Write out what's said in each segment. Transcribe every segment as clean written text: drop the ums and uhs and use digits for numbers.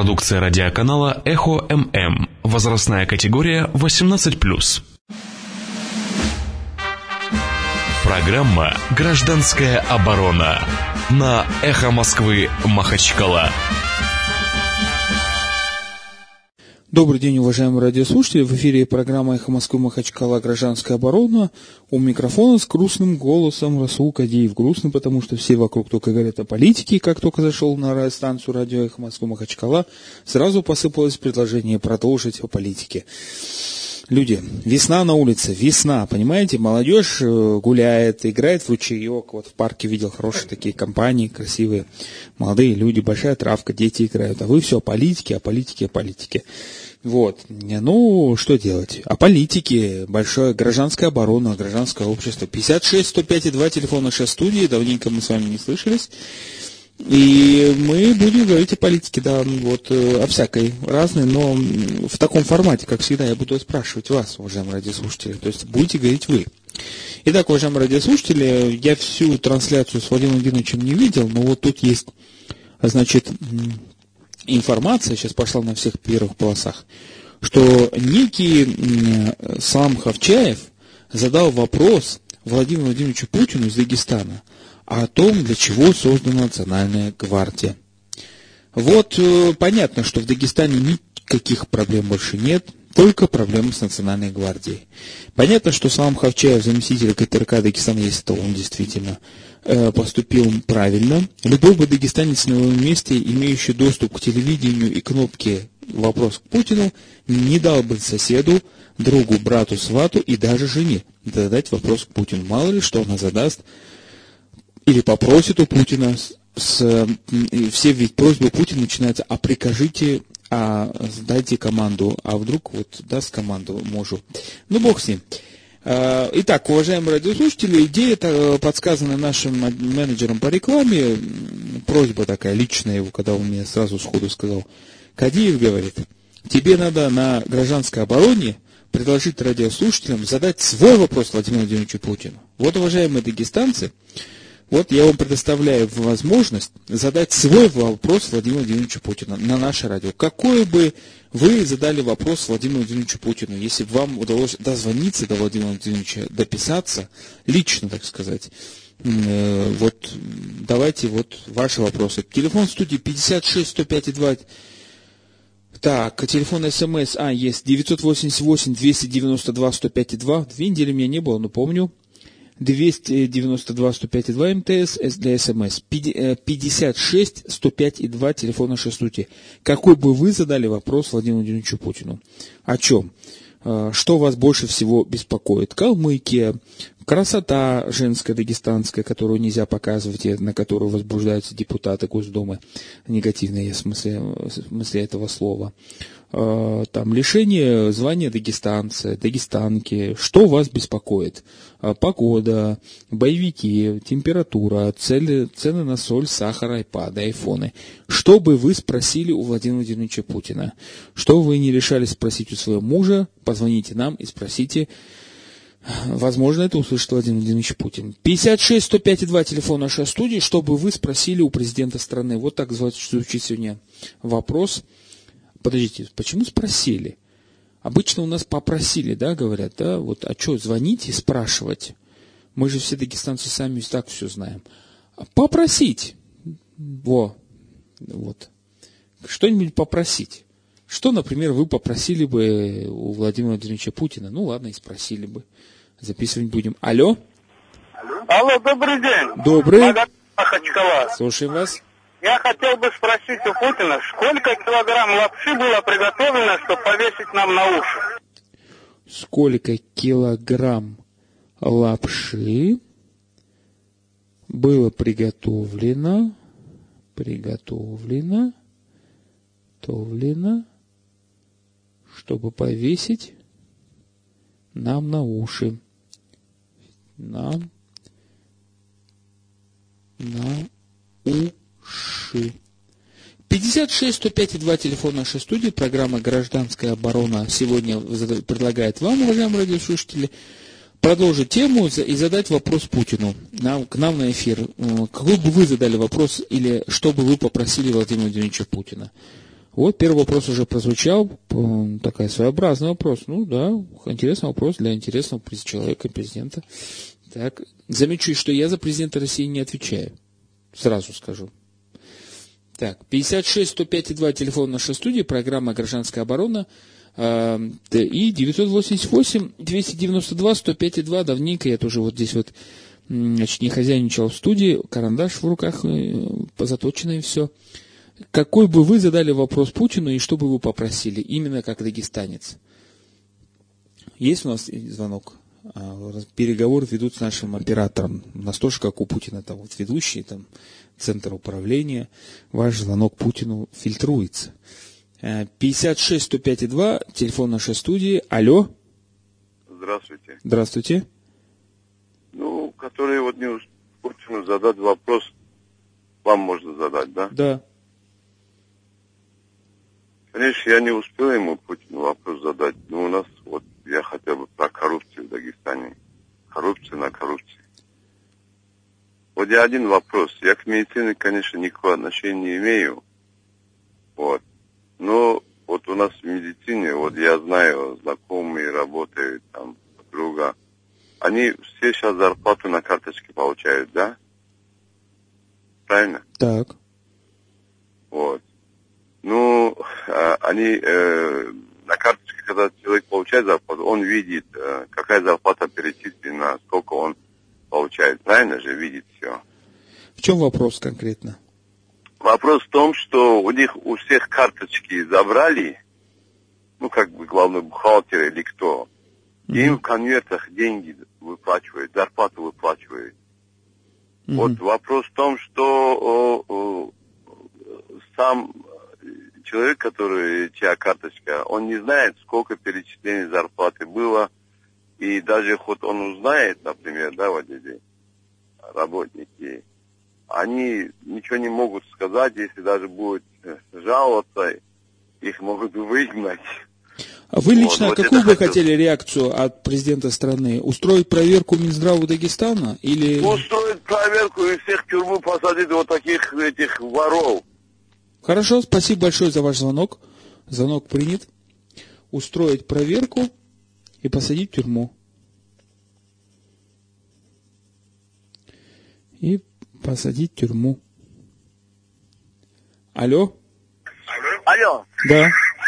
Продукция радиоканала «Эхо ММ». Возрастная категория 18+. Программа «Гражданская оборона» на «Эхо Москвы» Махачкала. Добрый день, уважаемые радиослушатели. В эфире программа «Эхо Москвы» Махачкала «Гражданская оборона». У микрофона с грустным голосом Расул Кадиев. Грустный, потому что все вокруг только говорят о политике. Как только зашел на радиостанцию радио «Эхо Москвы» Махачкала, сразу посыпалось предложение продолжить о политике. Люди, весна на улице, весна, понимаете? Молодежь гуляет, играет в ручеек. Вот в парке видел хорошие такие компании, красивые, молодые люди, большая травка, дети играют. А вы все о политике, о политике, о политике. Вот. Ну, что делать? О политике, большая гражданская оборона, гражданское общество. 56-105-2, телефон нашей студии. Давненько мы с вами не слышались. И мы будем говорить о политике, да, вот, о всякой разной, но в таком формате, как всегда, я буду спрашивать вас, уважаемые радиослушатели, то есть будете говорить вы. Итак, уважаемые радиослушатели, я всю трансляцию с Владимиром Владимировичем не видел, но вот тут есть, значит, информация, сейчас пошла на всех первых полосах, что некий Салам Хавчаев задал вопрос Владимиру Владимировичу Путину из Дагестана о том, для чего создана Национальная гвардия. Вот понятно, что в Дагестане никаких проблем больше нет, только проблемы с Национальной гвардией. Понятно, что Салам Хавчаев, заместитель КТРК Дагестана, если то он действительно поступил правильно. Любой бы дагестанец на его месте, имеющий доступ к телевидению и кнопке «Вопрос к Путину», не дал бы соседу, другу, брату, свату и даже жене задать вопрос к Путину. Мало ли, что она задаст или попросит у Путина, все ведь просьбы Путина начинаются: а прикажите, а дайте команду, а вдруг вот даст команду мужу. Ну, бог с ним. Итак, уважаемые радиослушатели, идея подсказана нашим менеджером по рекламе, просьба такая личная его, когда он мне сразу сходу сказал: Кадиев говорит, тебе надо на гражданской обороне предложить радиослушателям задать свой вопрос Владимиру Владимировичу Путину. Вот, уважаемые дагестанцы, вот я вам предоставляю возможность задать свой вопрос Владимиру Владимировичу Путину на наше радио. Какой бы вы задали вопрос Владимиру Владимировичу Путину, если бы вам удалось дозвониться до Владимира Владимировича, дописаться, лично, так сказать. Вот давайте вот ваши вопросы. Телефон студии 56-105-2. Так, телефон СМС, есть 988-292-105-2. 2 недели меня не было, но помню. 292-105-2 МТС для СМС, 56-105-2 телефон нашей студии. Какой бы вы задали вопрос Владимиру Владимировичу Путину? О чем? Что вас больше всего беспокоит? Калмыкия, красота женская дагестанская, которую нельзя показывать, и на которую возбуждаются депутаты Госдумы, негативные в смысле этого слова. Там лишение звания дагестанца, дагестанки. Что вас беспокоит? Погода, боевики, температура, цены на соль, сахар, айпады, айфоны. Что бы вы спросили у Владимира Владимировича Путина? Что вы не решались спросить у своего мужа? Позвоните нам и спросите. Возможно, это услышит Владимир Владимирович Путин. 56-105-2 телефон нашей студии. Что бы вы спросили у президента страны? Вот так звучит сегодня вопрос. Подождите, почему спросили? Обычно у нас попросили, да, говорят, да, вот, а что, звонить и спрашивать? Мы же все дагестанцы сами и так все знаем. Попросить. Вот. Что-нибудь попросить. Что, например, вы попросили бы у Владимира Владимировича Путина? Ну, ладно, и спросили бы. Записывать будем. Алло? Алло, добрый день. Добрый. Махачкала. Слушаем вас. Я хотел бы спросить у Путина, сколько килограмм лапши было приготовлено, чтобы повесить нам на уши? Сколько килограмм лапши было приготовлено, чтобы повесить нам на уши? Нам на уши. 56-105-2 телефон нашей студии. Программа «Гражданская оборона» сегодня предлагает вам, уважаемые радиослушатели, продолжить тему и задать вопрос Путину к нам на эфир. Какой бы вы задали вопрос или что бы вы попросили Владимира Владимировича Путина? Вот первый вопрос уже прозвучал, такой своеобразный вопрос. Ну да, интересный вопрос для интересного человека, президента. Так, замечу, что я за президента России не отвечаю. Сразу скажу. Так, 56-105-2, телефон нашей студии, программа «Гражданская оборона». И 988-292-105-2, давненько я тоже вот здесь вот, значит, не хозяйничал в студии, карандаш в руках, позаточено и все. Какой бы вы задали вопрос Путину и что бы вы попросили, именно как дагестанец? Есть у нас звонок? Переговоры ведут с нашим оператором. У нас тоже, как у Путина, там вот ведущий, там центр управления. Ваш звонок Путину фильтруется. 56-105-2, телефон нашей студии. Алло. Здравствуйте. Здравствуйте. Ну, который вот не Путину задать вопрос, вам можно задать, да? Да. Конечно, я не успел ему Путину вопрос задать, но у нас вот я хотя бы про коррупцию в Дагестане. Коррупция на коррупции. Вот я один вопрос. Я к медицине, конечно, никакого отношения не имею. Вот. Но вот у нас в медицине, вот я знаю, знакомые работают, там, подруга. Они все сейчас зарплату на карточке получают, да? Правильно? Так. Вот. Ну, они на карточке, когда человек получает зарплату, он видит, какая зарплата перечислена, сколько он получает. Правильно же видит все. В чем вопрос конкретно? Вопрос в том, что у них у всех карточки забрали, ну, как бы главный бухгалтер или кто, и им в конвертах деньги выплачивают, зарплату выплачивают. Вот вопрос в том, что сам человек, чья карточка, он не знает, сколько перечислений зарплаты было, и даже хоть он узнает, например, да, вот эти работники, они ничего не могут сказать, если даже будут жаловаться, их могут выгнать. А вы лично вот какую бы хотели реакцию от президента страны? Устроить проверку Минздраву Дагестана или... Устроить проверку и всех в тюрьму посадить вот таких этих воров. Хорошо, спасибо большое за ваш звонок. Звонок принят. Устроить проверку и посадить в тюрьму. И посадить в тюрьму. Алло? Алло. Да.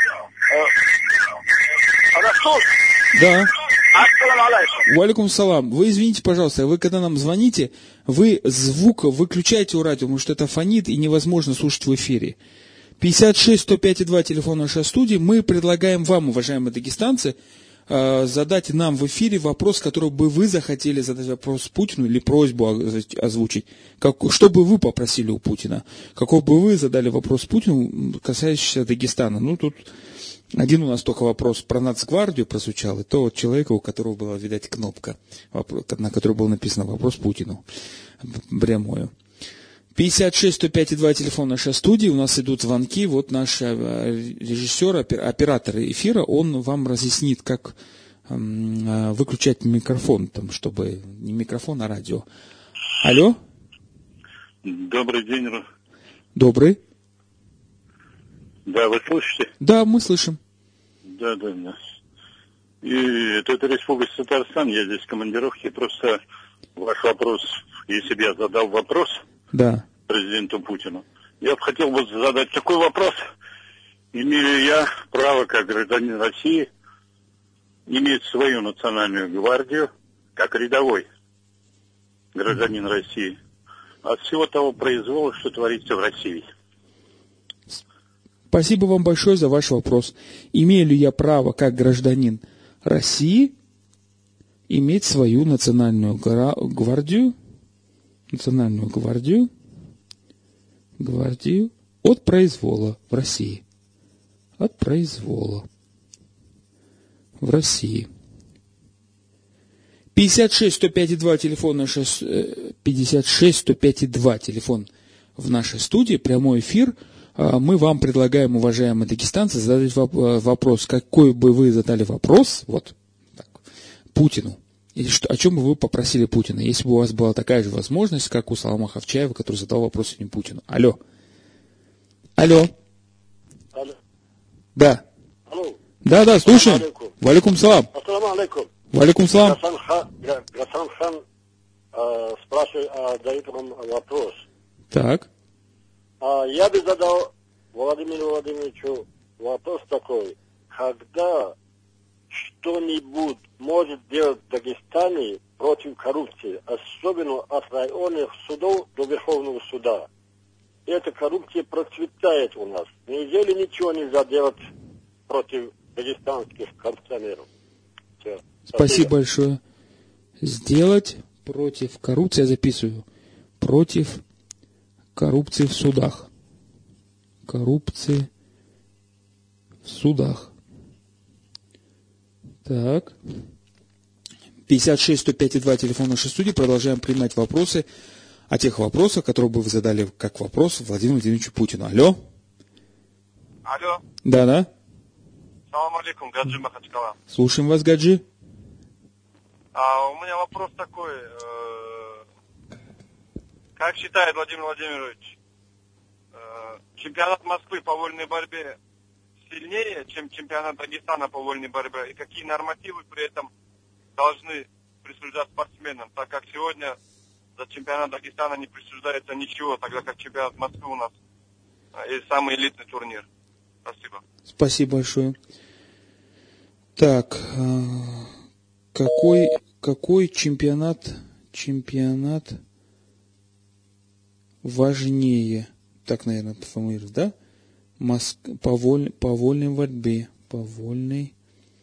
Расул? Да. Ассаламу алейкум. Валикум салам. Вы извините, пожалуйста, вы когда нам звоните, вы звук выключайте у радио, потому что это фонит и невозможно слушать в эфире. 56-105-2, телефон нашей студии. Мы предлагаем вам, уважаемые дагестанцы, задать нам в эфире вопрос, который бы вы захотели задать вопрос Путину или просьбу озвучить. Что бы вы попросили у Путина? Какой бы вы задали вопрос Путину, касающийся Дагестана? Ну, тут один у нас только вопрос про Нацгвардию прозвучал, и то от человека, у которого была, видать, кнопка, на которой был написан вопрос Путину. Прямую. 56-105-2, телефон нашей студии, у нас идут звонки, вот наш режиссер, оператор эфира, он вам разъяснит, как выключать микрофон, там, чтобы не микрофон, а радио. Алло? Добрый день. Добрый. Да, вы слышите? Да, мы слышим. Да. И это Республика Татарстан, я здесь в командировке, просто ваш вопрос, если бы я задал вопрос... Да. Президенту Путину. Я хотел бы задать такой вопрос. Имею я право, как гражданин России, иметь свою национальную гвардию, как рядовой гражданин России, от всего того произвола, что творится в России? Спасибо вам большое за ваш вопрос. Имею ли я право, как гражданин России, иметь свою национальную гвардию, гвардию от произвола в России. От произвола в России. 56-105-2, телефон наш, 56-105-2, телефон в нашей студии, прямой эфир. Мы вам предлагаем, уважаемые дагестанцы, задать вопрос, какой бы вы задали вопрос, вот так, Путину. Или о чем бы вы попросили Путина, если бы у вас была такая же возможность, как у Салама Хавчаева, который задал вопрос сегодня Путину. Алло. Алло. Да. Алло. Да, слушаем. Алейкум. Валикум салам. Ассаламу алейкум. Валикум салам. Гасан хан спрашивает, дает вам вопрос. Так. Я бы задал Владимиру Владимировичу вопрос такой. Когда что-нибудь может делать в Дагестане против коррупции, особенно от районных судов до Верховного суда? Эта коррупция процветает у нас. Неужели ничего нельзя делать против дагестанских коррупционеров? Все. Спасибо большое. Сделать против коррупции, я записываю, против коррупции в судах. Коррупции в судах. Так. 56-105-2, телефон нашей студии. Продолжаем принимать вопросы о тех вопросах, которые бы вы задали как вопрос Владимиру Владимировичу Путину. Алло. Алло. Да. Салам алейкум, Гаджи Махачкала. Слушаем вас, Гаджи. У меня вопрос такой. Как считает Владимир Владимирович, чемпионат Москвы по вольной борьбе сильнее, чем чемпионат Дагестана по вольной борьбе? И какие нормативы при этом должны присуждать спортсменам, так как сегодня за чемпионат Дагестана не присуждается ничего, тогда как чемпионат Москвы у нас самый элитный турнир. Спасибо. Спасибо большое. Так, какой чемпионат важнее? Так, наверное, поформулировать, да? По вольной борьбе. По вольной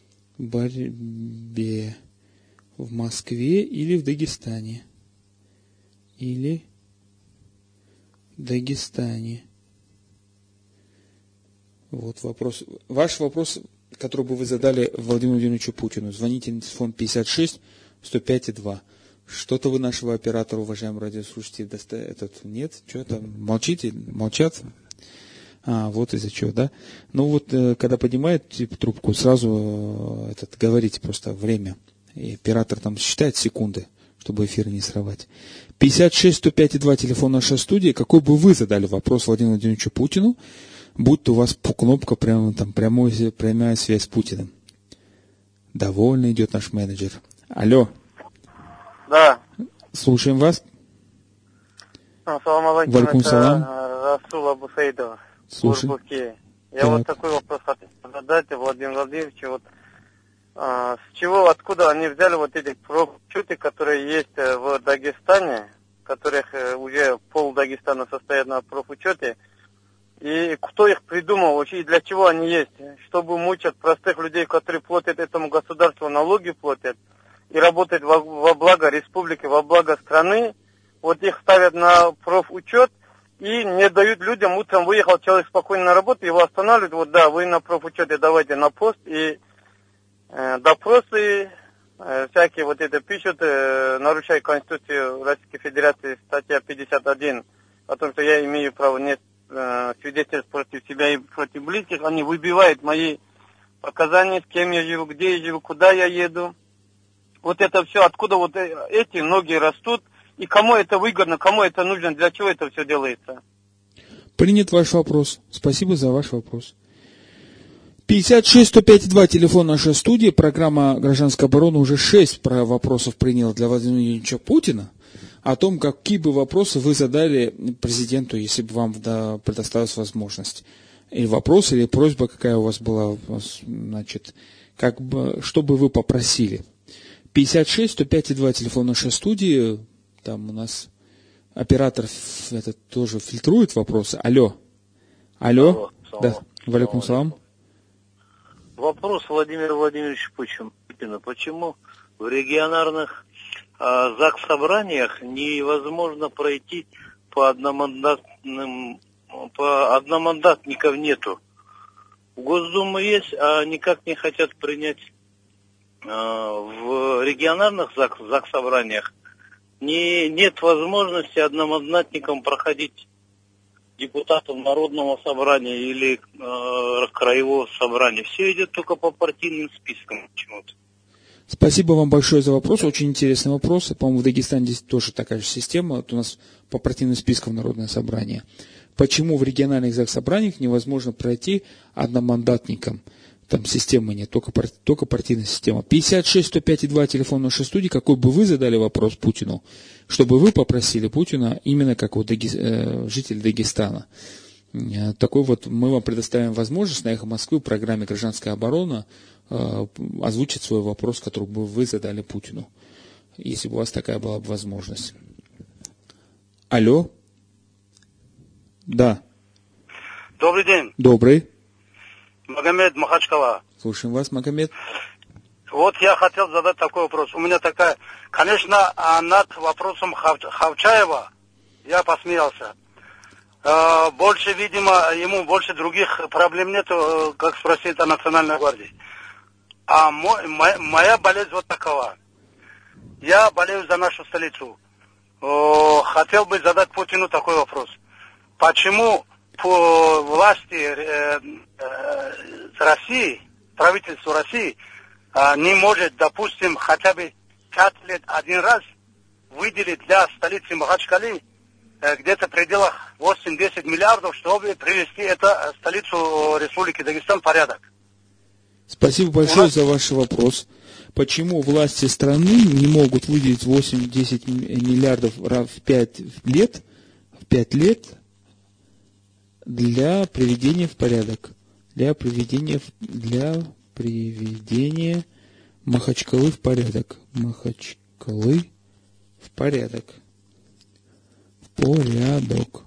борьбе. В Москве или в Дагестане? Или в Дагестане. Вот вопрос. Ваш вопрос, который бы вы задали Владимиру Владимировичу Путину. Звоните на телефон 56-105-2. Что-то вы нашего оператора, уважаемые радиослушатели, нет? Что там? Молчите? Молчат? Вот из-за чего, да? Ну вот, когда поднимает трубку, сразу говорите просто время. И оператор там считает секунды, чтобы эфир не срывать. 56-105-2, телефон нашей студии. Какой бы вы задали вопрос Владимиру Владимировичу Путину, будь то у вас кнопка прямо там прямая связь с Путиным. Довольно идет наш менеджер. Алло. Да. Слушаем вас. Ассаламу алейкум. Валикум салам. Расул Абусейдов. Слушай. Я вот такой вопрос хотел задать Владимиру Владимировичу. Откуда они взяли вот эти профучеты, которые есть в Дагестане, которых уже пол Дагестана состоят на профучете, и кто их придумал вообще, и для чего они есть? Чтобы мучать простых людей, которые платят этому государству, налоги платят, и работают во благо республики, во благо страны, вот их ставят на профучет, и не дают людям, утром выехал человек спокойно на работу, его останавливают, вот да, вы на профучете давайте на пост, и допросы всякие вот это пишут, нарушая Конституцию Российской Федерации, статья 51, о том, что я имею право не свидетельств против себя и против близких, они выбивают мои показания, с кем я живу, где я живу, куда я еду. Вот это все, откуда вот эти ноги растут, и кому это выгодно, кому это нужно, для чего это все делается. Принят ваш вопрос. Спасибо за ваш вопрос. 56-105-2, телефон нашей студии. Программа «Гражданская оборона» уже 6 вопросов приняла для Владимира Владимировича Путина. О том, какие бы вопросы вы задали президенту, если бы вам предоставилась возможность. Или вопрос, или просьба, какая у вас была, значит, что бы вы попросили. 56-105-2, телефон нашей студии. Там у нас оператор тоже фильтрует вопросы. Алло. Да. Валикум салам. Вопрос Владимиру Владимировичу Путину. Почему в региональных ЗАГС-собраниях невозможно пройти по одномандатников нету? В Госдуму есть, а никак не хотят принять в региональных ЗАГС-собраниях. Нет возможности одномандатникам проходить депутатам Народного собрания или краевого собрания. Все идет только по партийным спискам почему-то. Спасибо вам большое за вопрос. Очень интересный вопрос. По-моему, в Дагестане здесь тоже такая же система. Вот у нас по партийным спискам Народное собрание. Почему в региональных заксобраниях невозможно пройти одномандатникам? Там системы нет, только партийная система. 56-105-2, телефон нашей студии. Какой бы вы задали вопрос Путину, чтобы вы попросили Путина именно как вот житель Дагестана? Такой вот мы вам предоставим возможность на «Эхо Москвы» в программе «Гражданская оборона» озвучить свой вопрос, который бы вы задали Путину, если бы у вас такая была бы возможность. Алло? Да. Добрый день. Добрый. Магомед, Махачкала. Слушаем вас, Магомед. Вот я хотел задать такой вопрос. У меня такая, конечно, над вопросом Хавчаева я посмеялся. Больше, видимо, ему больше других проблем нету, как спросить о Национальной гвардии. А моя болезнь вот такова. Я болею за нашу столицу. Хотел бы задать Путину такой вопрос. Почему по власти России, правительству России, не может, допустим, хотя бы 5 лет один раз выделить для столицы Махачкалы где-то в пределах 8-10 миллиардов, чтобы привести эту столицу Республики Дагестан в порядок? Спасибо большое за ваш вопрос. Почему власти страны не могут выделить 8-10 миллиардов в 5 лет для приведения в порядок? Для приведения Махачкалы в порядок. Махачкалы в порядок. Порядок.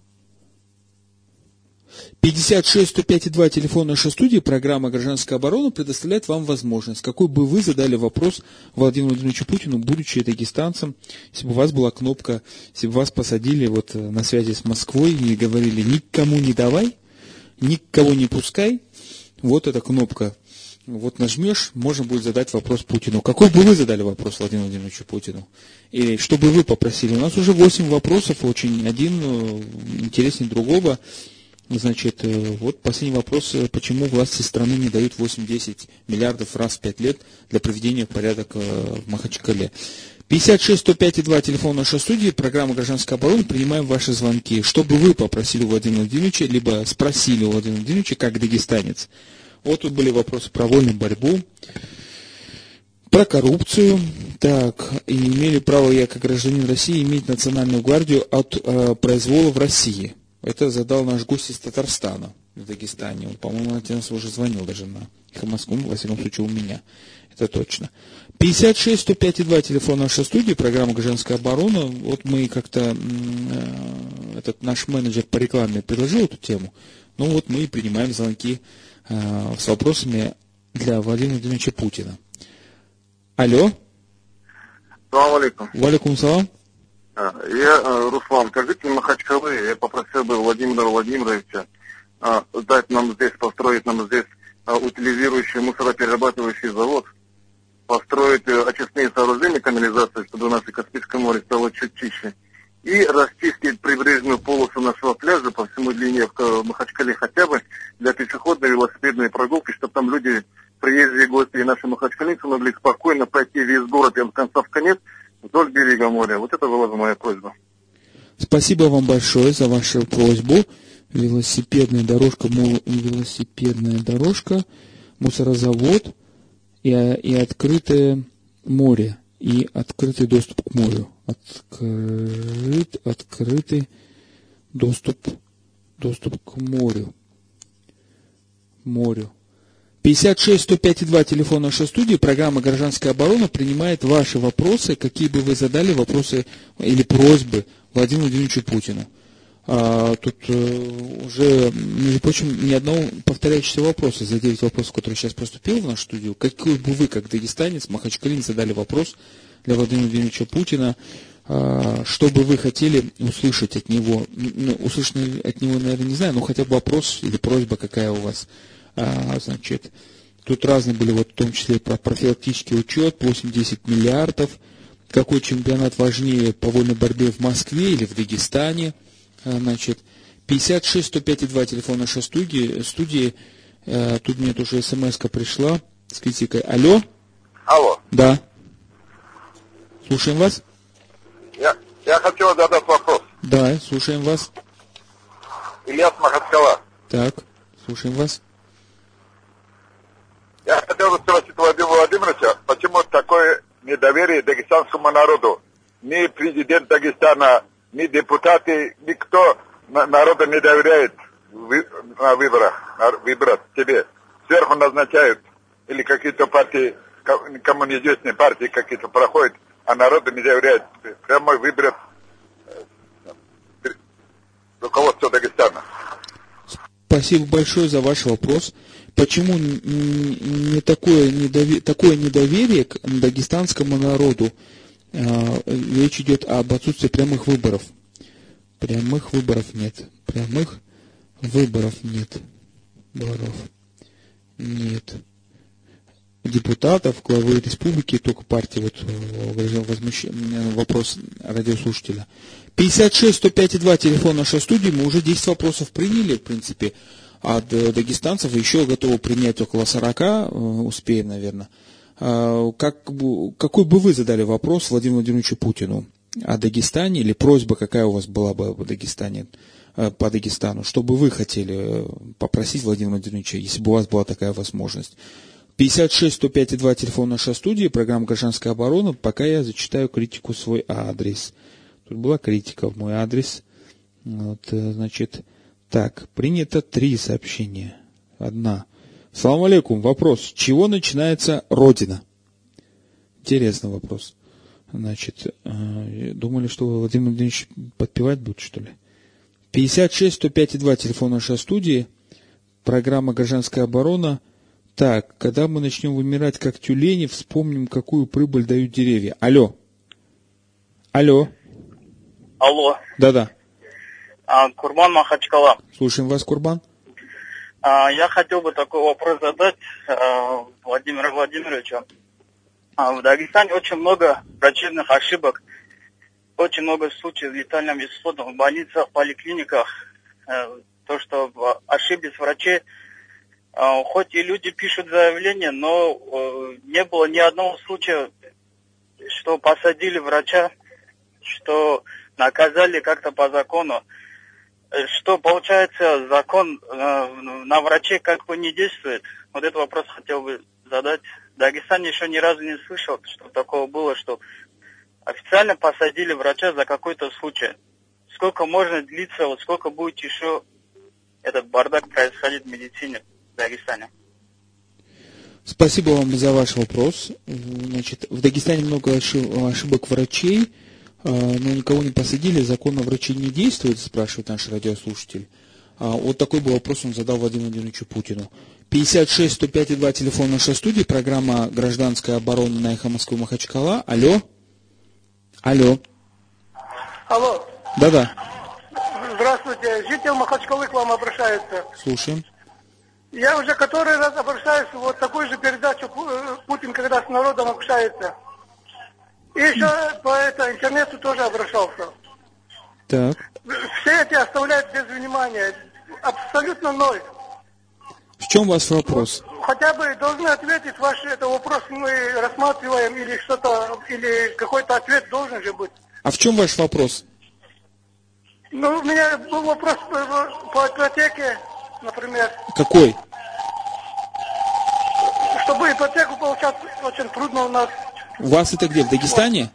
56-105-2, телефон нашей студии, программа «Гражданская оборона» предоставляет вам возможность, какой бы вы задали вопрос Владимиру Владимировичу Путину, будучи дагестанцем, если бы у вас была кнопка, если бы вас посадили вот на связи с Москвой и говорили «никому не давай», «никого не пускай», вот эта кнопка, вот нажмешь, можно будет задать вопрос Путину. Какой бы вы задали вопрос Владимиру Владимировичу Путину? И что бы вы попросили? У нас уже 8 вопросов, очень один интереснее другого. Значит, вот последний вопрос, почему власти страны не дают 8-10 миллиардов раз в 5 лет для приведения в порядок в Махачкале. 56-105-2, телефон нашей студии, программа «Гражданская оборона», принимаем ваши звонки. Что бы вы попросили у Владимира Владимировича, либо спросили у Владимира Владимировича, как дагестанец? Вот тут были вопросы про вольную борьбу, про коррупцию. Так, и имели право я, как гражданин России, иметь национальную гвардию от произвола в России. Это задал наш гость из Татарстана в Дагестане. Он, по-моему, один раз уже звонил даже на «Эхо Москвы», во всяком случае, у меня. Это точно. 56-105-2, телефон нашей студии, программа «Гражданская оборона». Вот мы как-то, этот наш менеджер по рекламе предложил эту тему. Ну вот мы и принимаем звонки с вопросами для Владимира Владимировича Путина. Алло. Салам алейкум. Валейкум салам. Я Руслан. Как житель Махачкалы, я попросил бы Владимира Владимировича дать нам здесь, построить нам здесь утилизирующий мусороперерабатывающий завод, построить очистные сооружения канализации, чтобы у нас и Каспийское море стало чуть чище, и расчистить прибрежную полосу нашего пляжа по всему длине в Махачкале хотя бы для пешеходной велосипедной прогулки, чтобы там люди, приезжие гости и наши махачкалинцы могли спокойно пройти весь город и от конца в конец вдоль берега моря. Вот это была бы моя просьба. Спасибо вам большое за вашу просьбу. Велосипедная дорожка, мусорозавод и открытое море, и открытый доступ к морю. Открытый доступ к морю. 56-105-2, телефон нашей студии, программа «Гражданская оборона» принимает ваши вопросы, какие бы вы задали вопросы или просьбы Владимиру Владимировичу Путину. Тут уже, между прочим, ни одного повторяющегося вопроса за 9 вопросов, которые сейчас поступил в нашу студию. Какой бы вы, как дагестанец, махачкалин, задали вопрос для Владимира Владимировича Путина, что бы вы хотели услышать от него? Услышать от него, наверное, не знаю, но хотя бы вопрос или просьба какая у вас. Значит, тут разные были, вот в том числе про профилактический учет, 8-10 миллиардов, какой чемпионат важнее по вольной борьбе в Москве или в Дагестане. Значит, 56-105-2, телефон нашей студии, тут мне тоже смс-ка пришла с критикой. Алло? Алло. Да. Слушаем вас. Я хотел задать вопрос. Да, слушаем вас. Ильяс, Махачкала. Так, слушаем вас. Я хотел спросить Владимира Владимировича, почему такое недоверие дагестанскому народу? Ни президент Дагестана, ни депутаты, никто народу не доверяет на выборах, выбрать тебе. Сверху назначают, или какие-то партии, коммунистические партии какие-то проходят, а народу не доверяет. Прямой выбор руководства Дагестана. Спасибо большое за ваш вопрос. Почему не такое недоверие к дагестанскому народу? Речь идет об отсутствии прямых выборов. Прямых выборов нет. Прямых выборов нет. Нет. Депутатов, главы республики, только партии, вопрос радиослушателя. 56-105-2, телефон нашей студии, мы уже 10 вопросов приняли, в принципе, от дагестанцев, еще готовы принять около 40, успеем, наверное. Какой бы вы задали вопрос Владимиру Владимировичу Путину о Дагестане, или просьба какая у вас была бы по Дагестану, что бы вы хотели попросить Владимира Владимировича, если бы у вас была такая возможность? 56-105-2, телефон нашей студии, программа «Гражданская оборона». Пока я зачитаю критику в свой адрес. Тут была критика в мой адрес. Так, принято 3 сообщения. 1. Салам алейкум. Вопрос. С чего начинается Родина? Интересный вопрос. Думали, что Владимир Владимирович подпевать будет, что ли? 56-105-2, телефон нашей студии, программа «Гражданская оборона». Так, когда мы начнем вымирать как тюлени, вспомним, какую прибыль дают деревья. Алло. Да-да. Курбан, Махачкала. Слушаем вас, Курбан. Я хотел бы такой вопрос задать Владимиру Владимировичу. В Дагестане очень много врачебных ошибок, очень много случаев летальным исходом в больницах, поликлиниках. То, что ошиблись врачи, хоть и люди пишут заявления, но не было ни одного случая, что посадили врача, что наказали как-то по закону. Что, получается, закон на врачей как бы не действует? Вот этот вопрос хотел бы задать. В Дагестане еще ни разу не слышал, что такого было, что официально посадили врача за какой-то случай. Сколько можно длиться, сколько будет еще этот бардак происходить в медицине в Дагестане? Спасибо вам за ваш вопрос. В Дагестане много ошибок врачей, но никого не посадили, закон о враче не действует, спрашивает наш радиослушатель. Вот такой бы вопрос он задал Владимиру Владимировичу Путину. 56-105-2, телефон нашей студии, программа «Гражданская оборона» на Эхо Москвы Махачкала. Алло. Да-да. Здравствуйте, житель Махачкалы к вам обращается. Слушаем. Я уже который раз обращаюсь, вот такую же передачу Путин, когда с народом общается. И еще по интернету тоже обращался. Так. Все эти оставляют без внимания. Абсолютно ноль. В чем ваш вопрос? Хотя бы должны ответить ваш вопрос, мы рассматриваем, или что-то, или какой-то ответ должен же быть. А в чем ваш вопрос? У меня был вопрос по ипотеке, например. Какой? Чтобы ипотеку получать, очень трудно у нас. У вас это где, в Дагестане?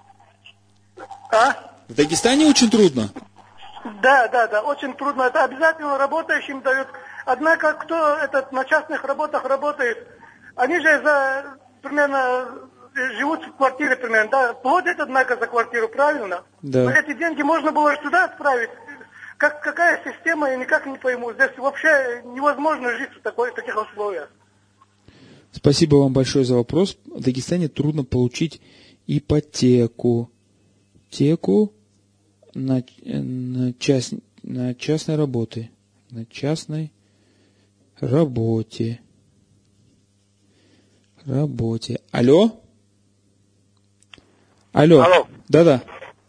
В Дагестане очень трудно? Да, очень трудно. Это обязательно работающим дают. Однако, кто на частных работах работает, они же примерно живут в квартире примерно, да, платят, однако, за квартиру, правильно? Да. Но эти деньги можно было туда отправить. Какая система, я никак не пойму. Здесь вообще невозможно жить в таких условиях. Спасибо вам большое за вопрос. В Дагестане трудно получить ипотеку. На частной работе. На частной работе. Алло? Да-да.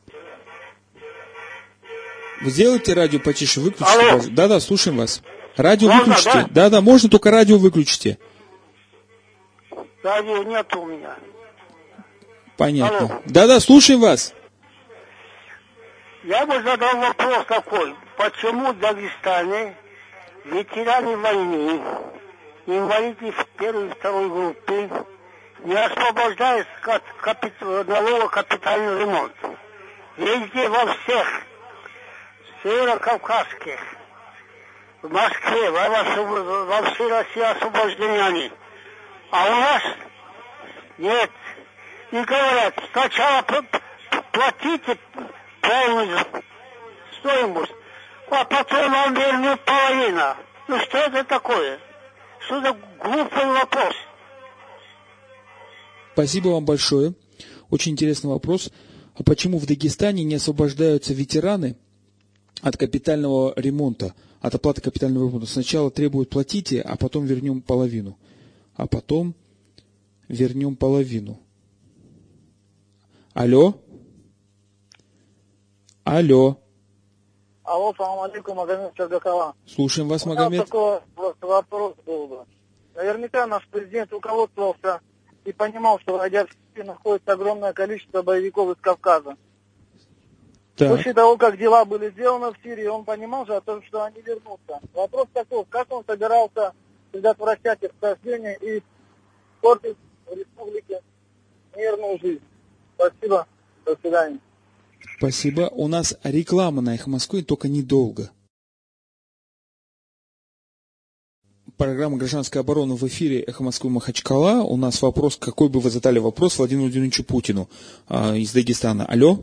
Вы сделайте радио потише, выключите. Да-да, слушаем вас. Радио можно, выключите. Да-да, можно, только радио выключите. Радио нет у меня. Понятно. Да-да, слушаем вас. Я бы задал вопрос такой. Почему в Дагестане ветераны войны, инвалиды в первой и второй группе не освобождаются от налога капитальный ремонт? Везде, во всех северокавказских, в Москве, во всей России освобождены они. А у нас нет. И говорят, сначала платите полную стоимость, а потом вам вернут половину. Ну что это такое? Что за глупый вопрос? Спасибо вам большое. Очень интересный вопрос. А почему в Дагестане не освобождаются ветераны от капитального ремонта, от оплаты капитального ремонта? Сначала требуют платите, а потом вернем половину. Алло? Алло, салам алейкум, Магомед Чардакова. Слушаем вас, Магомед. Такой вопрос был бы. Наверняка наш президент руководствовался и понимал, что в радиации находится огромное количество боевиков из Кавказа. После того, как дела были сделаны в Сирии, он понимал же о том, что они вернутся. Вопрос такой, как он собирался предотвращать их вхождение и портить в республике мирную жизнь. Спасибо, до свидания. Спасибо. У нас реклама на «Эхо Москвы», только недолго. Программа «Гражданская оборона» в эфире «Эхо Москвы» Махачкала. У нас вопрос, какой бы вы задали вопрос Владимиру Владимировичу Путину из Дагестана. Алло?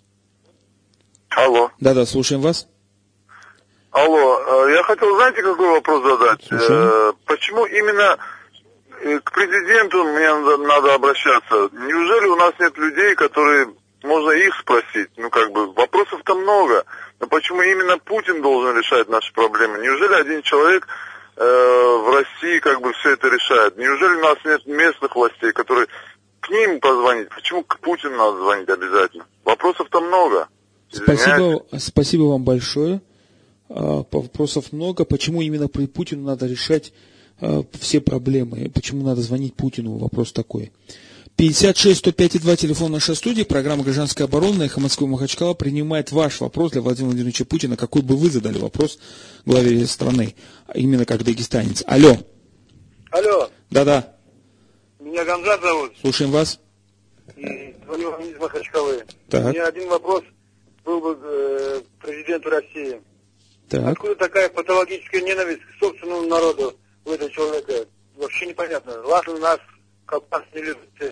Алло. Да-да, слушаем вас. Алло, я хотел, знаете, какой вопрос задать? Почему именно к президенту мне надо обращаться? Неужели у нас нет людей, которые... Можно их спросить, вопросов-то много, но почему именно Путин должен решать наши проблемы? Неужели один человек в России все это решает? Неужели у нас нет местных властей, которые к ним позвонить? Почему к Путину надо звонить обязательно? Вопросов-то много. Спасибо вам большое. Вопросов много. Почему именно при Путину надо решать все проблемы? Почему надо звонить Путину? Вопрос такой. 56-105-2, телефон нашей студии, программа «Гражданская оборона», «Эхо Москвы» Махачкала принимает ваш вопрос для Владимира Владимировича Путина. Какой бы вы задали вопрос главе страны, именно как дагестанец? Алло. Алло. Да-да. Меня Гамзат зовут. Слушаем вас. Звоню вам из Махачкалы. Так. У меня один вопрос был бы к президенту России. Так. Откуда такая патологическая ненависть к собственному народу у этого человека? Вообще непонятно. Ладно, нас Кавказ не любит.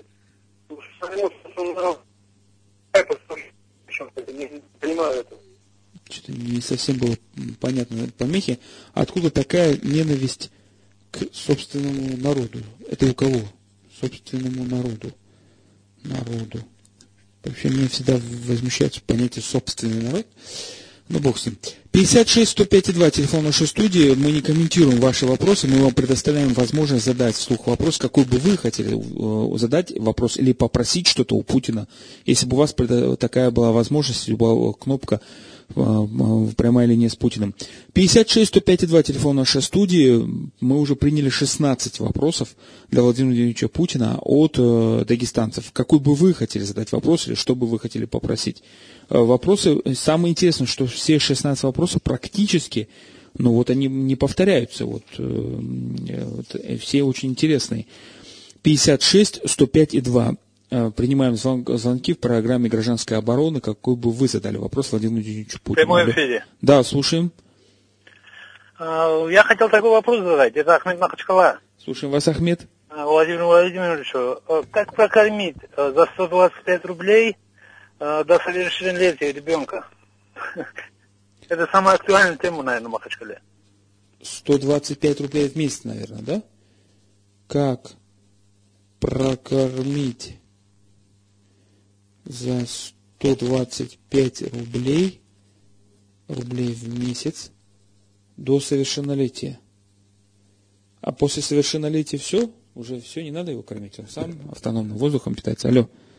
Не понимаю этого. Что-то не совсем было понятно помехи. Откуда такая ненависть к собственному народу? Это у кого? Собственному народу. Вообще меня всегда возмущает понятие «собственный народ». Ну, бог с ним. 56-105-2, телефон нашей студии. Мы не комментируем ваши вопросы, мы вам предоставляем возможность задать вслух вопрос, какой бы вы хотели задать вопрос или попросить что-то у Путина. Если бы у вас такая была возможность, любая кнопка в прямой линии с Путиным. 56-105-2, телефон нашей студии. Мы уже приняли 16 вопросов для Владимира Владимировича Путина от дагестанцев. Какой бы вы хотели задать вопрос или что бы вы хотели попросить? Вопросы, самое интересное, что все 16 вопросов практически, они не повторяются, все очень интересные. 56-105-2. Принимаем звонки в программе «Гражданская оборона». Какой бы вы задали вопрос Владимиру Владимировичу Путину? В прямом эфире. Да, слушаем. Я хотел такой вопрос задать. Это Ахмед Махачкала. Слушаем вас, Ахмед. Владимиру Владимировичу, как прокормить за 125 рублей до совершеннолетия ребенка? Это самая актуальная тема, наверное, в Махачкале. 125 рублей в месяц, наверное, да? Как прокормить за 125 рублей в месяц до совершеннолетия? А после совершеннолетия все? Уже все, не надо его кормить? Он сам автономным воздухом питается.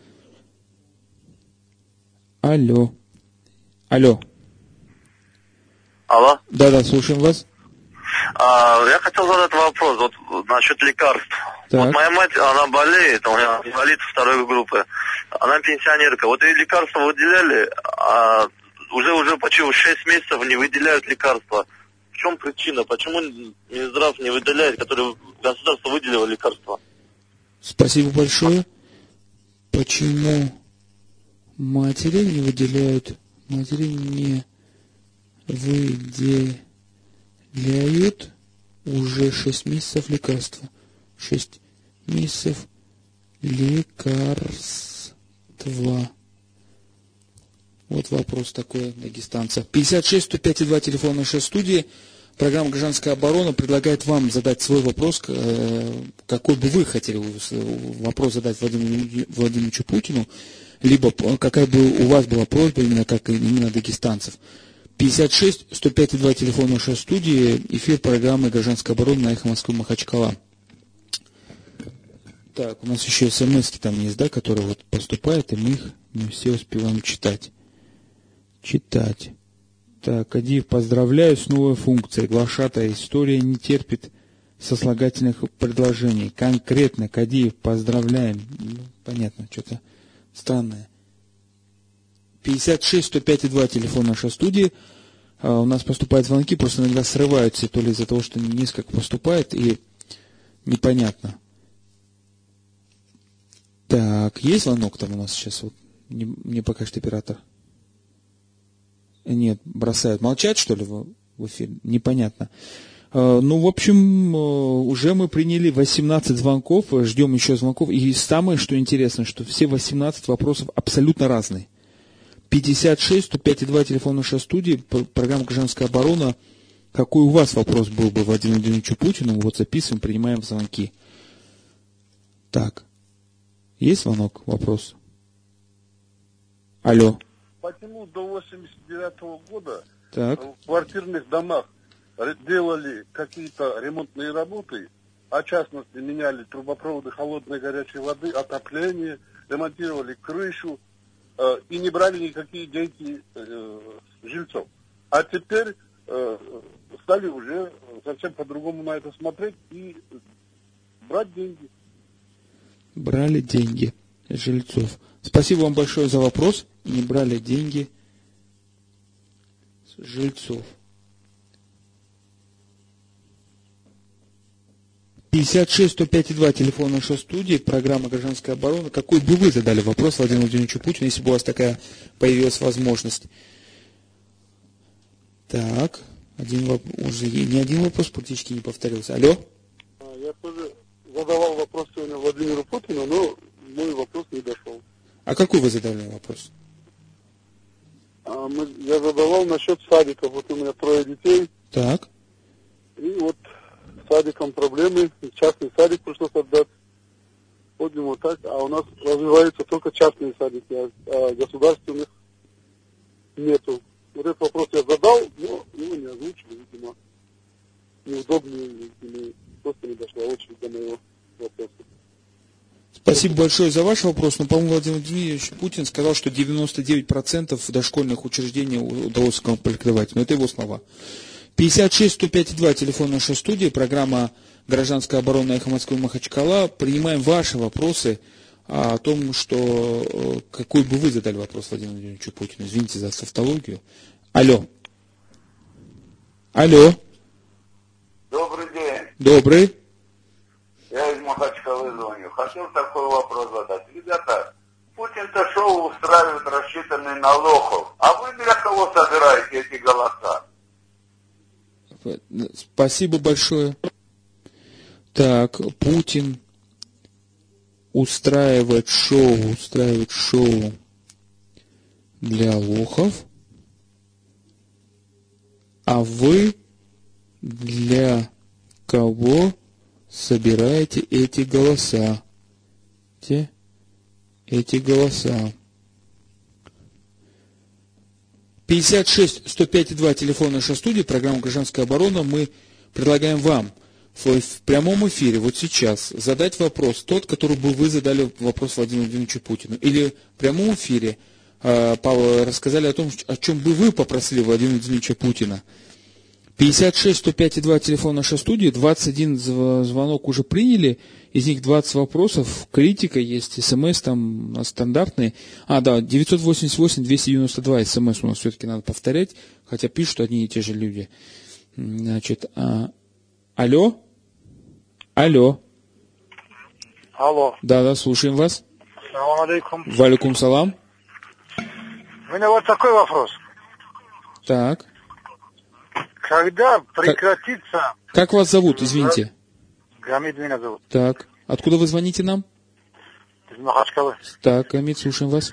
Алло. Алло. Да, слушаем вас. Я хотел задать вопрос насчет лекарств. Так. Вот моя мать, она болеет, она инвалид второй группы. Она пенсионерка. Вот ей лекарства выделяли, а уже почти 6 месяцев не выделяют лекарства. В чем причина? Почему Минздрав не выделяет, который государство выделило лекарства? Спасибо большое. Почему матери не выделяют уже 6 месяцев лекарства? 6 месяцев лекарства. Вот вопрос такой дагестанца. 56-105-2, телефон нашей студии. Программа «Гражданская оборона» предлагает вам задать свой вопрос, какой бы вы хотели вопрос задать Владимиру Владимировичу Путину, либо какая бы у вас была просьба именно как именно дагестанцев. 56-105-2, телефон нашей студии, эфир программы «Гражданская оборона» на Эхо Москвы Махачкала. Так, у нас еще смс-ки там есть, да, которые вот поступают, и мы их не все успеваем читать. Так, Кадиев, поздравляю с новой функцией. Глашатая история не терпит сослагательных предложений. Конкретно, Кадиев, поздравляем. Понятно, что-то странное. 56-105-2, телефон нашей студии. У нас поступают звонки, просто иногда срываются, то ли из-за того, что несколько поступает, и непонятно. Так, есть звонок там у нас сейчас? Вот, мне покажет оператор. Нет, бросают. Молчать, что ли, в эфире? Непонятно. Ну, в общем, уже мы приняли 18 звонков, ждем еще звонков. И самое, что интересно, что все 18 вопросов абсолютно разные. 56-105-2, телефон нашей студии, программа «Гражданская оборона». Какой у вас вопрос был бы Владимиру Владимировичу Путину? Вот записываем, принимаем звонки. Так. Есть звонок? Вопрос? Алло. Почему до 89-го года так. в квартирных домах делали какие-то ремонтные работы, а в частности меняли трубопроводы холодной и горячей воды, отопление, ремонтировали крышу и не брали никакие деньги жильцов. А теперь стали уже совсем по-другому на это смотреть и брать деньги. Брали деньги жильцов. Спасибо вам большое за вопрос. Не брали деньги с жильцов. 56-105-2, телефон нашей студии, программа «Гражданская оборона». Какой бы вы задали вопрос Владимиру Владимировичу Путину, если бы у вас такая появилась возможность? Так, уже не один вопрос практически не повторился. Алло? Я тоже задавал вопрос сегодня Владимиру Путину, но мой вопрос не дошел. А какой вы задали вопрос? Я задавал насчет садиков. Вот у меня 3 детей. Так. И вот с садиком проблемы. Частный садик пришлось отдать. Ходим вот так. А у нас развиваются только частные садики, а государственных нету. Вот этот вопрос я задал, но его не озвучили, видимо. Неудобнее, или просто не дошла очередь до моего вопроса. Спасибо большое за ваш вопрос. Но, по-моему, Владимир Владимирович Путин сказал, что 99% дошкольных учреждений удалось комплектовать. Но это его слова. 56-105-2, телефон нашей студии, программа «Гражданская оборона» Эхо Москвы Махачкала. Принимаем ваши вопросы о том, что какой бы вы задали вопрос Владимиру Владимировичу Путину. Извините за тавтологию. Алло. Алло. Добрый день. Добрый. Я из Махачкалы звоню. Хотел такой вопрос задать. Ребята, Путин-то шоу устраивает, рассчитанный на лохов. А вы для кого собираете эти голоса? Спасибо большое. Так, Путин устраивает шоу для лохов. А вы для кого собираете эти голоса? Эти голоса. 56-105-2, телефон нашей студии, программа «Гражданская оборона». Мы предлагаем вам в прямом эфире, вот сейчас, задать вопрос, тот, который бы вы задали вопрос Владимиру Владимировичу Путину. Или в прямом эфире рассказали о том, о чем бы вы попросили Владимира Владимировича Путина. 56-105-2 телефон нашей студии, 21 звонок уже приняли, из них 20 вопросов, критика есть, смс там у нас стандартные. 988-292 смс у нас все-таки надо повторять, хотя пишут одни и те же люди. Значит, алло? Алло. Да, слушаем вас. Салам алейкум. Валикум салам. У меня вот такой вопрос. Так. Когда прекратится... Как вас зовут, извините? Гамид меня зовут. Так. Откуда вы звоните нам? Из Махачкалы. Так, Гамид, слушаем вас.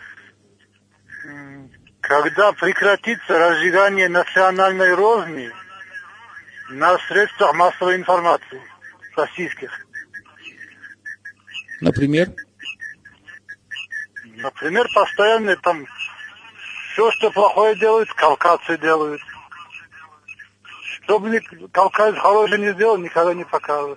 Когда прекратится разжигание национальной розни на средствах массовой информации российских? Например? Например, постоянно там все, что плохое делают, кавказцы делают. Что бы кавказец хороший не сделал, никогда не покажут.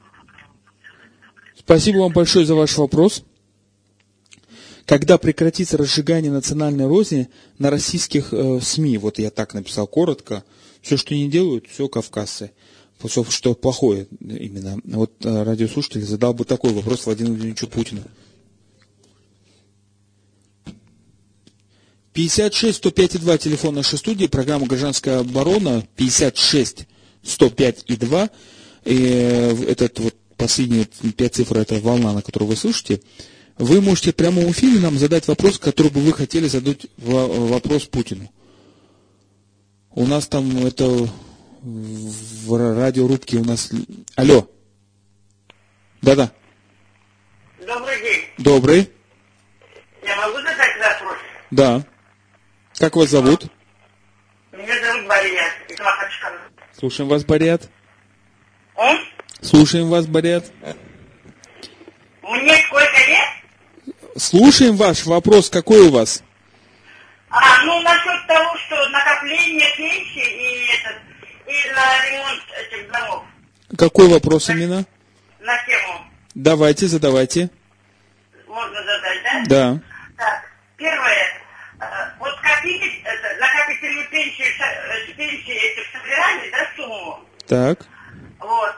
Спасибо вам большое за ваш вопрос. Когда прекратится разжигание национальной розни на российских СМИ? Вот я так написал коротко. Все, что не делают, все кавказцы. Все, что плохое именно. Вот радиослушатель задал бы такой вопрос Владимиру Владимировичу Путину. 56-105-2 телефон нашей студии, программа «Гражданская оборона», 56-105-2. Этот вот последние 5 цифр, это волна, на которую вы слышите. Вы можете в прямом эфире нам задать вопрос, который бы вы хотели задать вопрос Путину. У нас там это в радиорубке у нас... Алло. Да-да. Добрый день. Добрый. Я могу задать вопрос? Да. Как вас зовут? Меня зовут Барият, из Махачкалы. Слушаем вас, Барият. Слушаем вас, Барият. Мне сколько лет? Слушаем ваш вопрос, какой у вас? Насчет того, что накопление пенсии и на ремонт этих домов. Какой вопрос именно? На тему. Давайте, задавайте. Можно задать, да? Да. Так, первое. Вот накопительную пенсию с пенсии этих собирали, да, сумму? Так. Вот.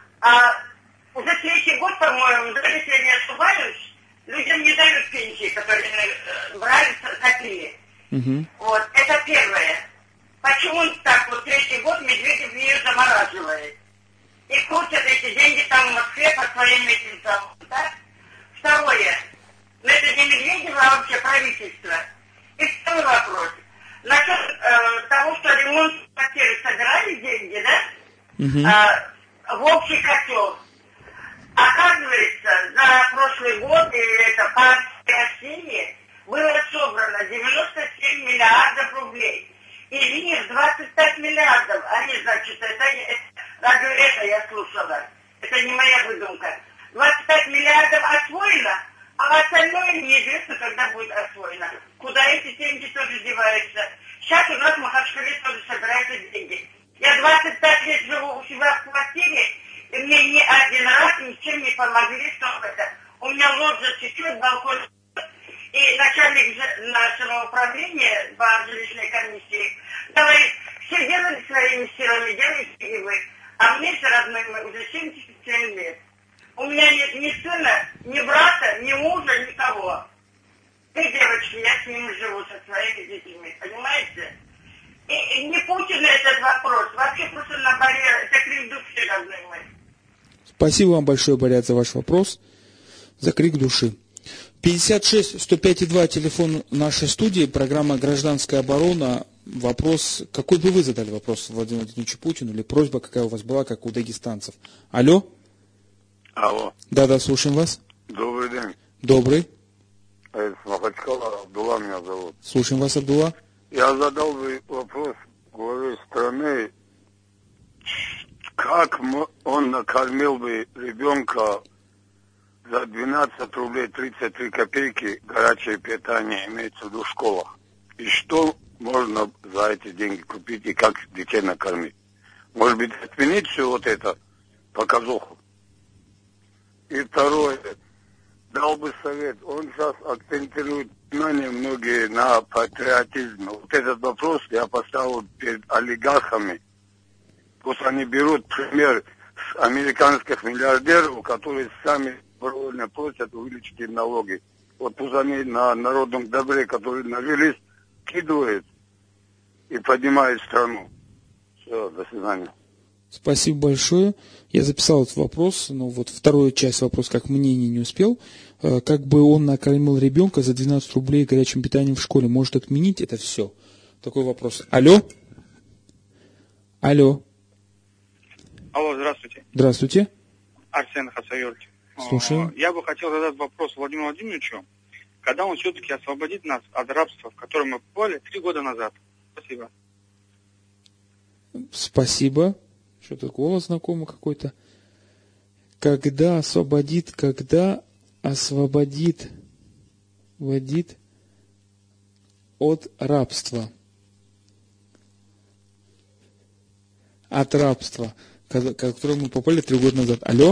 Уже 3-й год, по-моему, если я не ошибаюсь, людям не дают пенсии, которые брали, копили. Вот, это первое. Почему так вот 3-й год Медведев ее замораживает? И крутят эти деньги там в Москве по своим этим там, да? Второе. Но это не Медведева, а вообще правительство. И второй вопрос. Насчет того, что ремонт квартиры собирали деньги, да? В общий котел. Оказывается, за прошлый год, и это по России, было собрано 97 миллиардов рублей. Из них 25 миллиардов. Они, значит, это я слушала. Это не моя выдумка. 25 миллиардов освоено, а остальное неизвестно, когда будет освоено. Куда эти деньги тоже деваются. Сейчас у нас в Махачкале тоже собираются деньги. Я 25 лет живу у себя в квартире, и мне ни один раз ничем не помогли, чтобы это. У меня лоджия течет, балкон. И начальник нашего управления по жилищной комиссии говорит, все делали своими силами, делайте и вы. А мне все равно уже 77 лет. У меня нет ни сына, ни брата, ни мужа, никого. И девочки, я с ними живу, со своими детьми, понимаете? И не Путин этот вопрос, вообще просто на барьер, это крик души, родной мой. Спасибо вам большое, Борят, за ваш вопрос, за крик души. 56-105-2, телефон нашей студии, программа «Гражданская оборона». Вопрос, какой бы вы задали вопрос Владимиру Владимировичу Путину, или просьба какая у вас была, как у дагестанцев? Алло? Алло. Да, слушаем вас. Добрый день. Добрый. Из Махачкала, Абдулла меня зовут. Слушаем вас, Абдулла. Я задал бы вопрос главе страны, как он накормил бы ребенка за 12 рублей 33 копейки горячее питание, имеется в виду в школах. И что можно за эти деньги купить и как детей накормить? Может быть, отменить все вот это показуху? И второе, дал бы совет, он сейчас акцентирует внимание многие на патриотизме. Вот этот вопрос я поставил перед олигархами. Пусть они берут пример с американских миллиардеров, которые сами добровольно просят увеличить им налоги. Вот пусть они на народном добре, которые навелись, кидывают и поднимают страну. Все, до свидания. Спасибо большое. Я записал этот вопрос, но вот вторую часть вопроса, как мнение, не успел. Как бы он накормил ребенка за 12 рублей горячим питанием в школе, может отменить это все? Такой вопрос. Алло? Алло? Алло, здравствуйте. Здравствуйте. Арсен Хасаюрт. Слушаю. Я бы хотел задать вопрос Владимиру Владимировичу, когда он все-таки освободит нас от рабства, в которое мы попали 3 года назад. Спасибо. Спасибо. Что-то голос знакомый какой-то. Когда освободит от рабства. От рабства, в которое мы попали 3 года назад. Алло?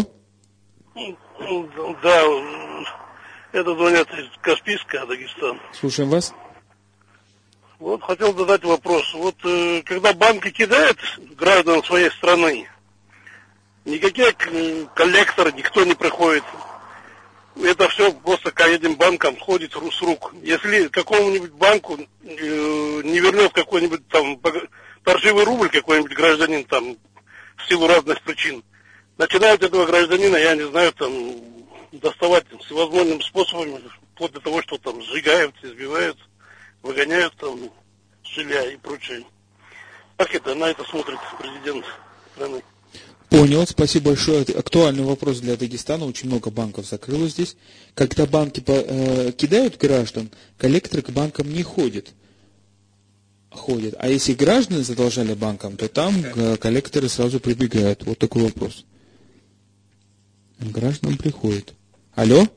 Да, это звонят из Каспийска, Дагестан. Слушаем вас. Вот хотел задать вопрос. Вот когда банки кидают граждан своей страны, никакие коллекторы, никто не приходит. Это все просто к этим банкам сходит с рук. Если какому-нибудь банку не вернет какой-нибудь там паршивый рубль какой-нибудь гражданин там в силу разных причин, начинают этого гражданина, я не знаю, там доставать всевозможными способами, вплоть до того, что там сжигают, избивают, выгоняют там жилья и прочее. Как это, на это смотрит президент страны? Понял, спасибо большое. Актуальный вопрос для Дагестана. Очень много банков закрылось здесь. Когда банки кидают граждан, коллекторы к банкам не ходят. А если граждане задолжали банкам, то там коллекторы сразу прибегают. Вот такой вопрос. Гражданам приходит. Алло?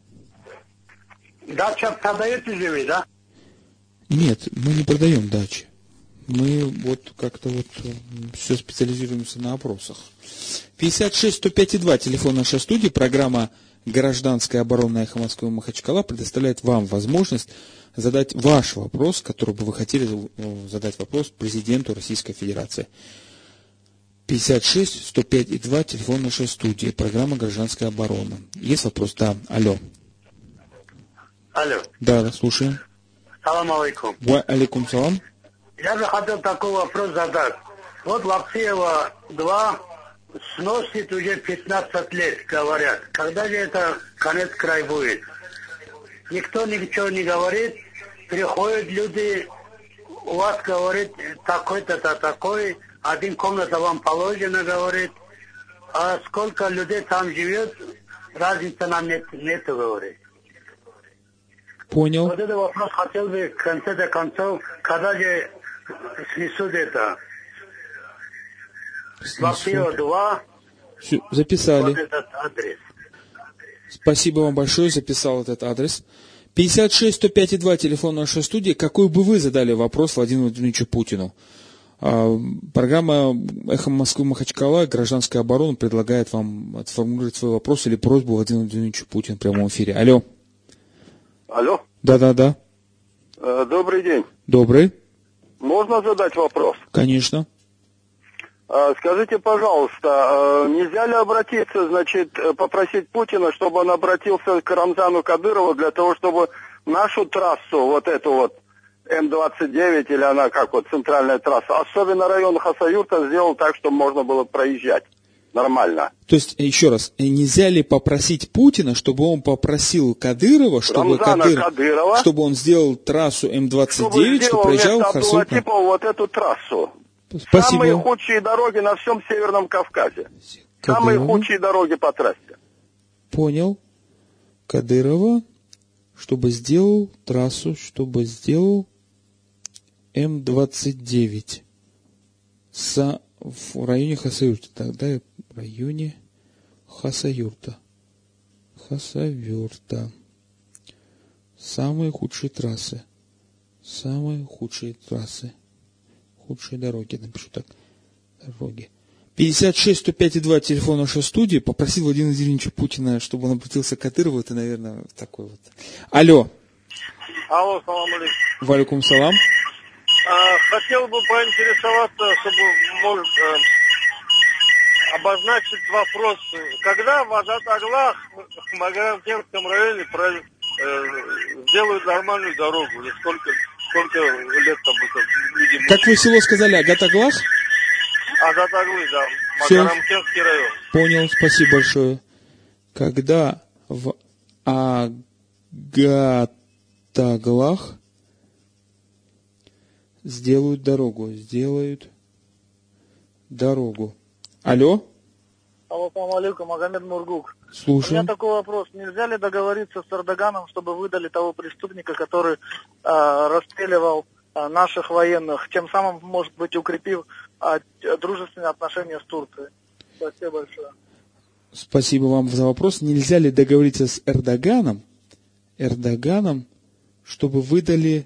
Дача продаете же вы, да? Нет, мы не продаем дачи. Мы вот как-то вот все специализируемся на опросах. 56-105-2, телефон нашей студии, программа «Гражданская оборона» Эхо Москвы Махачкала предоставляет вам возможность задать ваш вопрос, который бы вы хотели задать вопрос президенту Российской Федерации. 56-105-2, телефон нашей студии, программа «Гражданская оборона». Есть вопрос? Да. Алло. Алло. Да, слушаем. Салам алейкум. Ва алейкум салам. Я бы хотел такой вопрос задать. Вот Лапсеева 2 сносит уже 15 лет, говорят. Когда же это конец край будет? Никто ничего не говорит. Приходят люди, у вас говорит такой-то, такой, один комната вам положена, говорит. А сколько людей там живет, разницы нам нету, говорит. Понял. Вот этот вопрос хотел бы в конце концов, когда же снесут это. Лапсеева 2. Записали. Вот этот адрес. Спасибо вам большое, записал этот адрес. 56-105-2, телефон нашей студии. Какой бы вы задали вопрос Владимиру Владимировичу Путину? Программа «Эхо Москвы Махачкала», «Гражданская оборона» предлагает вам отформулировать свой вопрос или просьбу Владимиру Владимировичу Путину в прямом эфире. Алло. Алло. Да. Добрый день. Добрый. Можно задать вопрос? Конечно. Скажите, пожалуйста, нельзя ли обратиться, попросить Путина, чтобы он обратился к Рамзану Кадырову для того, чтобы нашу трассу, вот эту вот М-29, или она как вот центральная трасса, особенно район Хасаюрта, сделал так, чтобы можно было проезжать нормально. То есть, еще раз, нельзя ли попросить Путина, чтобы он попросил Кадырова, чтобы Кадырова, чтобы он сделал трассу М-29, чтобы проезжал в Хасаюрт? Вот эту трассу. Спасибо. Самые худшие дороги на всем Северном Кавказе. Самые худшие дороги по трассе. Понял. Кадырова, чтобы сделал трассу, чтобы сделал М-29 в районе Хасаюрта. Тогда в районе Хасаюрта. Самые худшие трассы. Худшие дороги, напишу так. Дороги. 56-105-2, телефон нашей студии. Попросил Владимира Владимировича Путина, чтобы он обратился к Кадырову. Это, наверное, такой вот. Алло. Алло, салам алейкум. Валикум салам. Хотел бы поинтересоваться, чтобы, может, обозначить вопрос, когда в Азат-Аглах в Магарамкентском районе сделают нормальную дорогу, и сколько лет там будет? Как вы село сказали, Агат-Аглах? Азат-Аглы, да, Магарамкентский район. Понял, спасибо большое. Когда в Агат-Аглах сделают дорогу. Алло? Алло, салам алейкум, Магомед Мургук. Слушаю. У меня такой вопрос. Нельзя ли договориться с Эрдоганом, чтобы выдали того преступника, который расстреливал наших военных, тем самым, может быть, укрепив дружественные отношения с Турцией? Спасибо большое. Спасибо вам за вопрос. Нельзя ли договориться с Эрдоганом, чтобы выдали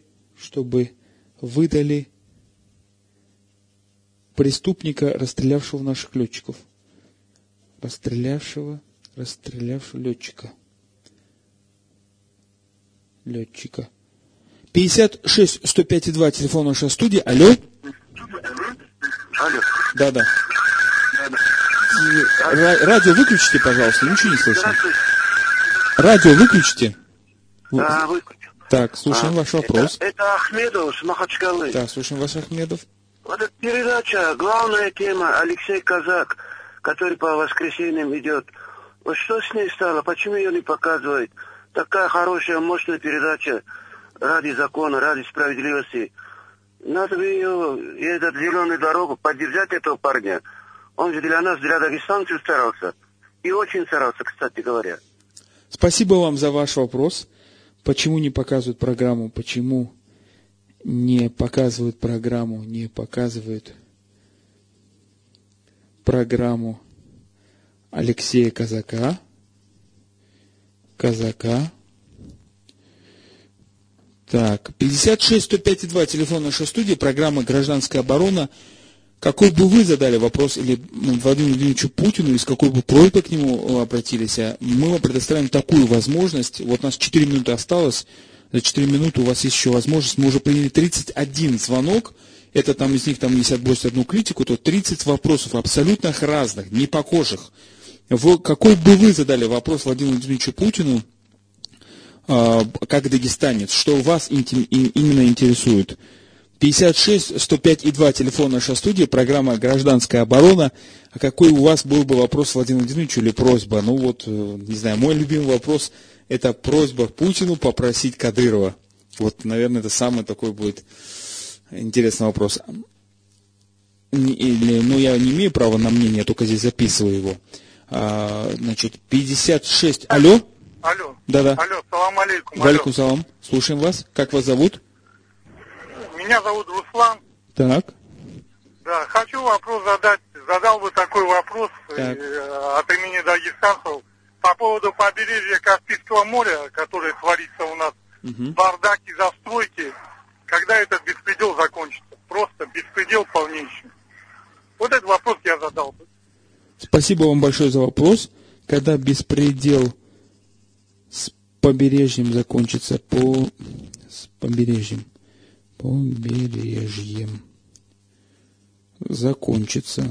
преступника, расстрелявшего наших летчиков? Расстрелявшего летчика. 56-105-2, телефон нашей студии. Алло? Алло. Да. Радио выключите, пожалуйста, ничего не слышно. Радио выключите. Да, выключил. Так, слушаем ваш вопрос. Это Ахмедов с Махачкалы. Да, слушаем вас, Ахмедов. Вот эта передача, главная тема, Алексей Казак, который по воскресеньям идет. Вот что с ней стало? Почему ее не показывают? Такая хорошая, мощная передача ради закона, ради справедливости. Надо бы ее, этот зеленую дорогу, поддержать этого парня. Он же для нас, для дагестанцев старался. И очень старался, кстати говоря. Спасибо вам за ваш вопрос. Почему не показывают программу? Почему не показывают программу? Не показывают программу Алексея Казака. Так, 56-105-2, телефон нашей студии, программа «Гражданская оборона». Какой бы вы задали вопрос или Владимиру Владимировичу Путину, и с какой бы просьбой к нему обратились, мы вам предоставим такую возможность. Вот у нас 4 минуты осталось. За 4 минуты у вас есть еще возможность. Мы уже приняли 31 звонок. Это там из них, если отбросить одну критику, то 30 вопросов абсолютно разных, не похожих. Какой бы вы задали вопрос Владимиру Владимировичу Путину, как дагестанец, что вас именно интересует? 56-105-2, телефон нашей студии, программа «Гражданская оборона». А какой у вас был бы вопрос Владимиру Владимировичу или просьба? Не знаю, мой любимый вопрос – это просьба Путину попросить Кадырова. Вот, наверное, это самый такой будет интересный вопрос. Я не имею права на мнение, я только здесь записываю его. 56... Алло? Алло. Да. Алло, салам алейкум. Валейкум салам. Слушаем вас. Как вас зовут? Меня зовут Руслан. Так. Да, хочу вопрос задать. Задал бы такой вопрос от имени дагестанцев по поводу побережья Каспийского моря, которое творится у нас. Бардак и застройки. Когда этот беспредел закончится? Просто беспредел полнейший. Вот этот вопрос я задал бы. Спасибо вам большое за вопрос. Когда беспредел с побережьем закончится? С побережьем. Закончится.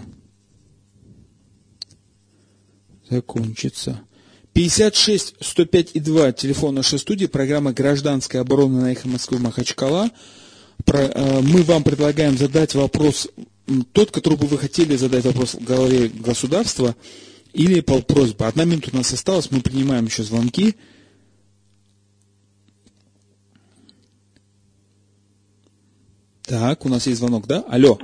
56-105-2, телефон нашей студии, программа «Гражданская оборона» на Эхо Москвы Махачкала. Мы вам предлагаем задать вопрос, тот, который бы вы хотели задать вопрос в главе государства, или по просьбе. 1 минута у нас осталась, мы принимаем еще звонки. Так, у нас есть звонок, да? Алло.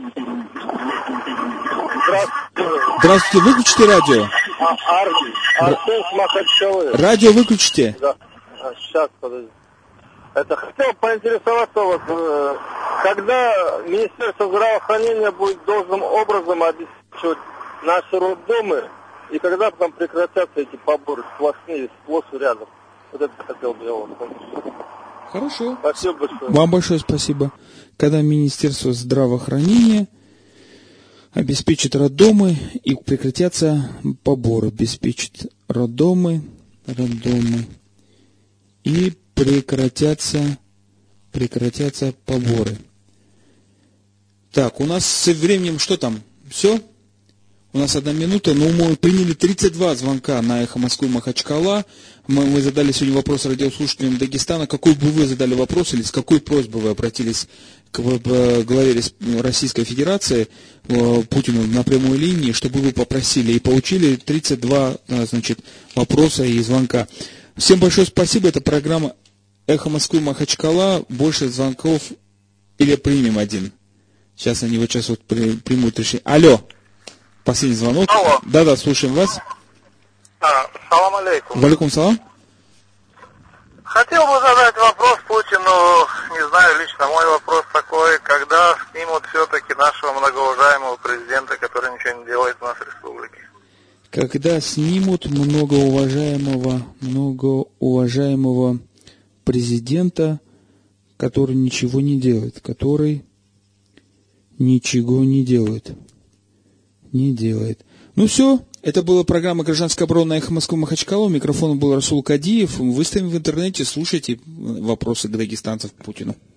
Здравствуйте, выключите радио. Артем с Махачкалы. Радио выключите. Да. Сейчас, подожди. Хотел поинтересоваться, когда Министерство здравоохранения будет должным образом обеспечивать наши роддомы, и когда там прекратятся эти поборы сплошные, сплошь и рядом. Вот это хотел бы я вас спросить. Хорошо. Спасибо большое. Вам большое спасибо. Когда Министерство здравоохранения обеспечит роддомы и прекратятся поборы. Обеспечит роддомы и прекратятся поборы. Так, у нас со временем что там? Все? У нас 1 минута, но мы приняли 32 звонка на «Эхо Москвы» Махачкала. Мы задали сегодня вопрос радиослушателям Дагестана. Какой бы вы задали вопрос или с какой просьбой вы обратились к главе Российской Федерации Путину на прямой линии, чтобы вы попросили, и получили 32 вопроса и звонка. Всем большое спасибо. Это программа «Эхо Москвы» Махачкала. Больше звонков или примем один. Сейчас они примут решение. Алло. Последний звонок. Алло. Да, слушаем вас. Салам алейкум. Валейкум салам. Хотел бы задать вопрос Путину, не знаю, лично мой вопрос такой, когда снимут все-таки нашего многоуважаемого президента, который ничего не делает в нашей республике? Когда снимут многоуважаемого президента, который ничего не делает, не делает. Ну все, это была программа «Гражданская оборона» «Эхо Москвы» Махачкала. У микрофона был Расул Кадиев. Выставим в интернете, слушайте вопросы дагестанцев к Путину.